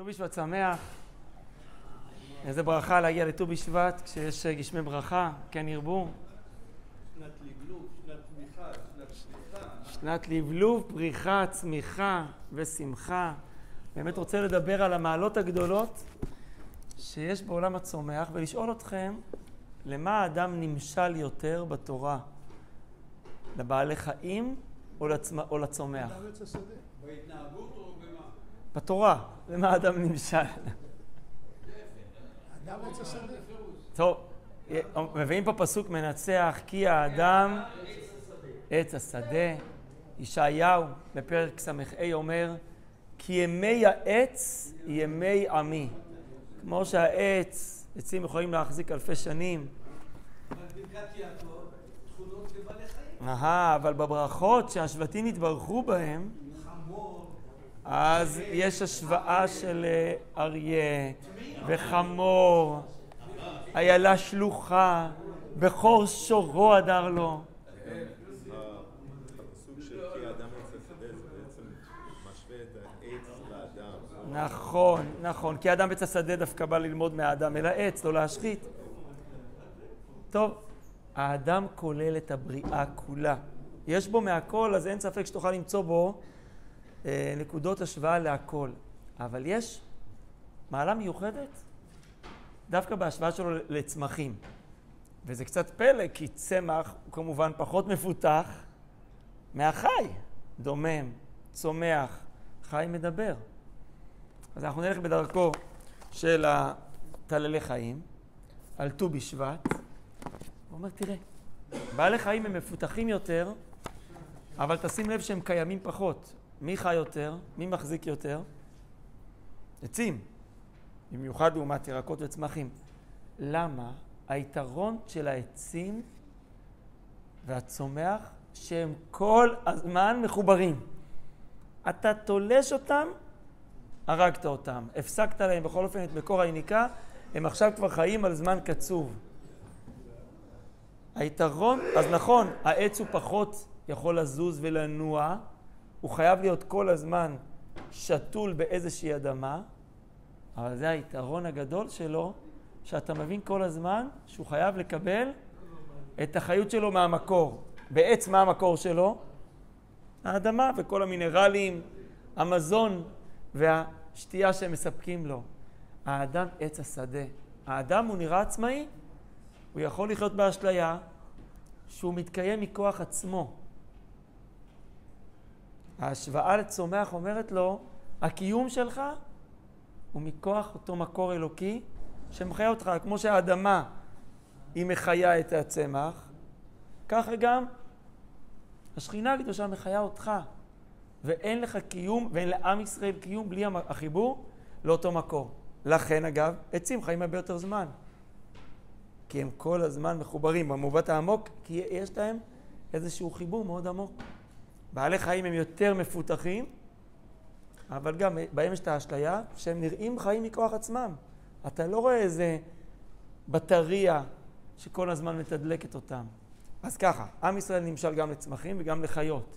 ט"ו בשבט שמח. איזה ברכה להגיע לט"ו בשבט כשיש גשמי ברכה, כן ירבו. שנת לבלוב, שנת צמיחה, שנת שמחה. שנת לבלוב, פריחה, צמיחה ושמחה. באמת רוצה לדבר על המעלות הגדולות שיש בעולם הצומח ולשאול אתכם למה האדם נמשל יותר בתורה? לבעלי חיים או לצומח? בהתנהגות או במה? בתורה, למה האדם נמשל? האדם עץ השדה. טוב, מביאים פה פסוק מנצח, כי האדם עץ השדה. ישעיהו בפרק ס"ה אומר, כי ימי העץ ימי עמי. כמו שהעץ, עצים יכולים להחזיק אלפי שנים. אבל ברכת יעקב, תכונות לבעלי חיים. אבל בברכות שהשבטים התברכו בהם, חמור. אז יש השוואה של אריה וחמור, איילה שלוחה, בכור שורו הדר לו. הפסוק של כי האדם עץ השדה זה בעצם משווה את העץ לאדם. נכון, כי האדם עץ השדה דווקא בא ללמוד מהאדם אל העץ, לא להשחית. טוב, האדם כולל את הבריאה כולה. יש בו מהכל, אז אין ספק שתוכל למצוא בו נקודות השוואה להכל. אבל יש מעלה מיוחדת דווקא בהשוואה שלו לצמחים. וזה קצת פלא, כי צמח הוא כמובן פחות מפותח מהחי. דומם, צומח, חי מדבר. אז אנחנו נלך בדרכו של התללי חיים, על ט"ו בשבט. הוא אומר, תראה, בעלי חיים הם מפותחים יותר, אבל תשים לב שהם קיימים פחות. מי חי יותר? מי מחזיק יותר? עצים. במיוחד לעומת ירקות וצמחים. למה? היתרון של העצים והצומח שהם כל הזמן מחוברים. אתה תולש אותם, הרגת אותם. הפסקת להם בכל אופן את מקור היניקה, הם עכשיו כבר חיים על זמן קצוב. היתרון, אז נכון, העץ הוא פחות יכול לזוז ולנוע, הוא חייב להיות כל הזמן שתול באיזושהי אדמה, אבל זה היתרון הגדול שלו, שאתה מבין כל הזמן שהוא חייב לקבל את החיות שלו מהמקור. בעץ מה המקור שלו? האדמה וכל המינרלים, המזון והשתייה שהם מספקים לו. האדם עץ השדה. האדם הוא נראה עצמאי, הוא יכול לחיות באשליה שהוא מתקיים מכוח עצמו. ההשוואה לצומח אומרת לו, הקיום שלך הוא מכוח אותו מקור אלוקי שמחיה אותך, כמו שהאדמה היא מחיה את הצמח, ככה גם השכינה הקדושה מחיה אותך, ואין לך קיום ואין לעם ישראל קיום בלי החיבור לאותו מקור. לכן אגב, עצים חיים הרבה יותר זמן, כי הם כל הזמן מחוברים במובט העמוק, כי יש להם איזשהו חיבור מאוד עמוק. בעלי חיים הם יותר מפותחים, אבל גם בהם יש את האשליה שהם נראים חיים מכוח עצמם. אתה לא רואה איזה בטריה שכל הזמן מתדלקת אותם. אז ככה, עם ישראל נמשל גם לצמחים וגם לחיות.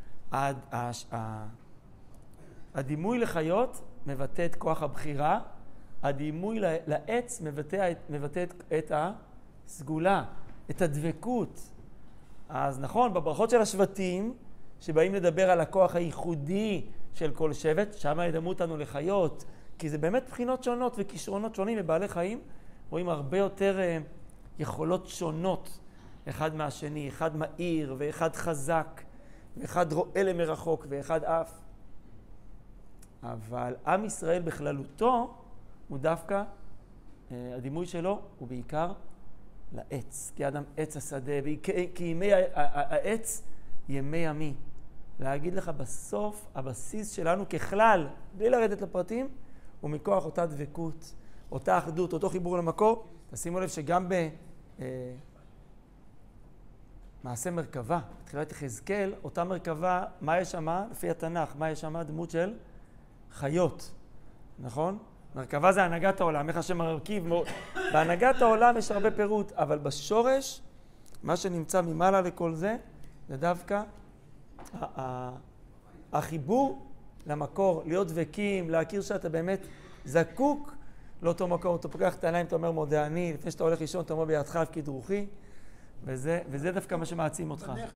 הדימוי לחיות מבטא את כוח הבחירה, הדימוי לעץ מבטא את הסגולה, את הדבקות. אז נכון, בברכות של השבטים, שבאים לדבר על הכוח הייחודי של כל שבט, שם ידמו אותנו לחיות, כי זה באמת בחינות שונות וכישרונות שונים בבעלי חיים, רואים הרבה יותר יכולות שונות אחד מהשני, אחד מהיר ואחד חזק, ואחד רואה למרחוק ואחד אף. אבל עם ישראל בכללותו הוא דווקא, הדימוי שלו הוא בעיקר לעץ, כי האדם עץ השדה, כי ימי העץ ימי עמי. להגיד לך בסוף, הבסיס שלנו ככלל, בלי לרדת לפרטים, הוא מכוח אותה דבקות, אותה אחדות, אותו חיבור למקור. תשימו לב שגם במעשה מרכבה, בתחילת יחזקאל, אותה מרכבה, מה יש שמה? לפי התנ"ך, מה יש שמה? דמות של חיות, נכון? מרכבה זה הנהגת העולם, איך השם מרכיב. בהנהגת העולם יש הרבה פירוט, אבל בשורש, מה שנמצא ממעלה לכל זה, זה דווקא החיבור למקור, להיות דבקים, להכיר שאתה באמת זקוק לאותו מקום. אתה פוקח את העיניים, אתה אומר מודה אני, לפני שאתה הולך לישון, אתה אומר בידך הפקיד רוחי, וזה דווקא מה שמעצים אותך.